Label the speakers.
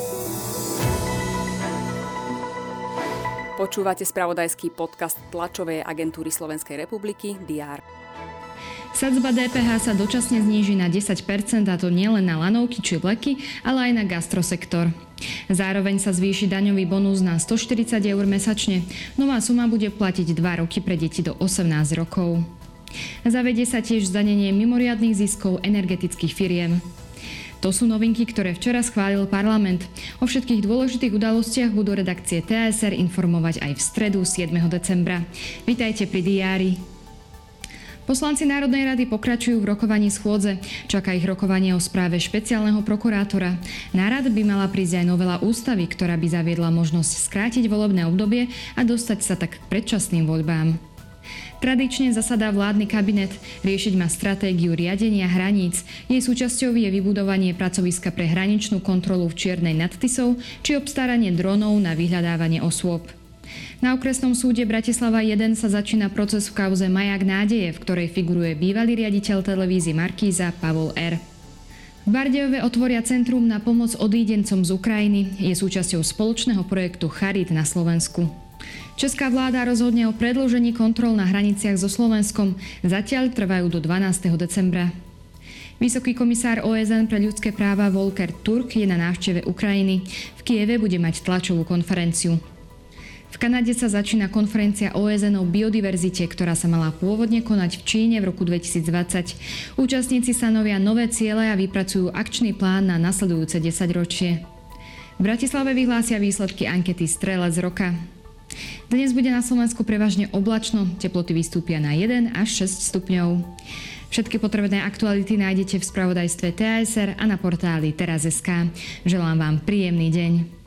Speaker 1: Počúvate spravodajský podcast tlačovej agentúry Slovenskej republiky DR.
Speaker 2: Sadzba DPH sa dočasne zníži na 10%, a to nielen na lanovky či vleky, ale aj na gastrosektor. Zároveň sa zvýši daňový bonus na 140 eur mesačne. Nová suma bude platiť 2 roky pre deti do 18 rokov. Zavedie sa tiež zdanenie mimoriadnych ziskov energetických firiem. To sú novinky, ktoré včera schválil parlament. O všetkých dôležitých udalostiach budú redakcie TASR informovať aj v stredu 7. decembra. Vitajte pri diári. Poslanci Národnej rady pokračujú v rokovaní schôdze. Čaká ich rokovanie o správe špeciálneho prokurátora. Na rad by mala prísť aj novela ústavy, ktorá by zaviedla možnosť skrátiť volebné obdobie a dostať sa tak k predčasným voľbám. Tradične zasadá vládny kabinet, riešiť má stratégiu riadenia hraníc. Jej súčasťou je vybudovanie pracoviska pre hraničnú kontrolu v Čiernej nad Tisou či obstaranie dronov na vyhľadávanie osôb. Na okresnom súde Bratislava 1 sa začína proces v kauze Maják nádeje, v ktorej figuruje bývalý riaditeľ televízie Markíza Pavol R. V Bardejove otvoria centrum na pomoc odídencom z Ukrajiny. Je súčasťou spoločného projektu Charit na Slovensku. Česká vláda rozhodne o predĺžení kontrol na hraniciach so Slovenskom. Zatiaľ trvajú do 12. decembra. Vysoký komisár OSN pre ľudské práva Volker Turk je na návšteve Ukrajiny. V Kieve bude mať tlačovú konferenciu. V Kanade sa začína konferencia OSN o biodiverzite, ktorá sa mala pôvodne konať v Číne v roku 2020. Účastníci stanovia nové ciele a vypracujú akčný plán na nasledujúce 10-ročie. V Bratislave vyhlásia výsledky ankety Strelec roka. Dnes bude na Slovensku prevažne oblačno, teploty vystúpia na 1 až 6 stupňov. Všetky potrebné aktuality nájdete v spravodajstve TASR a na portáli teraz.sk. Želám vám príjemný deň.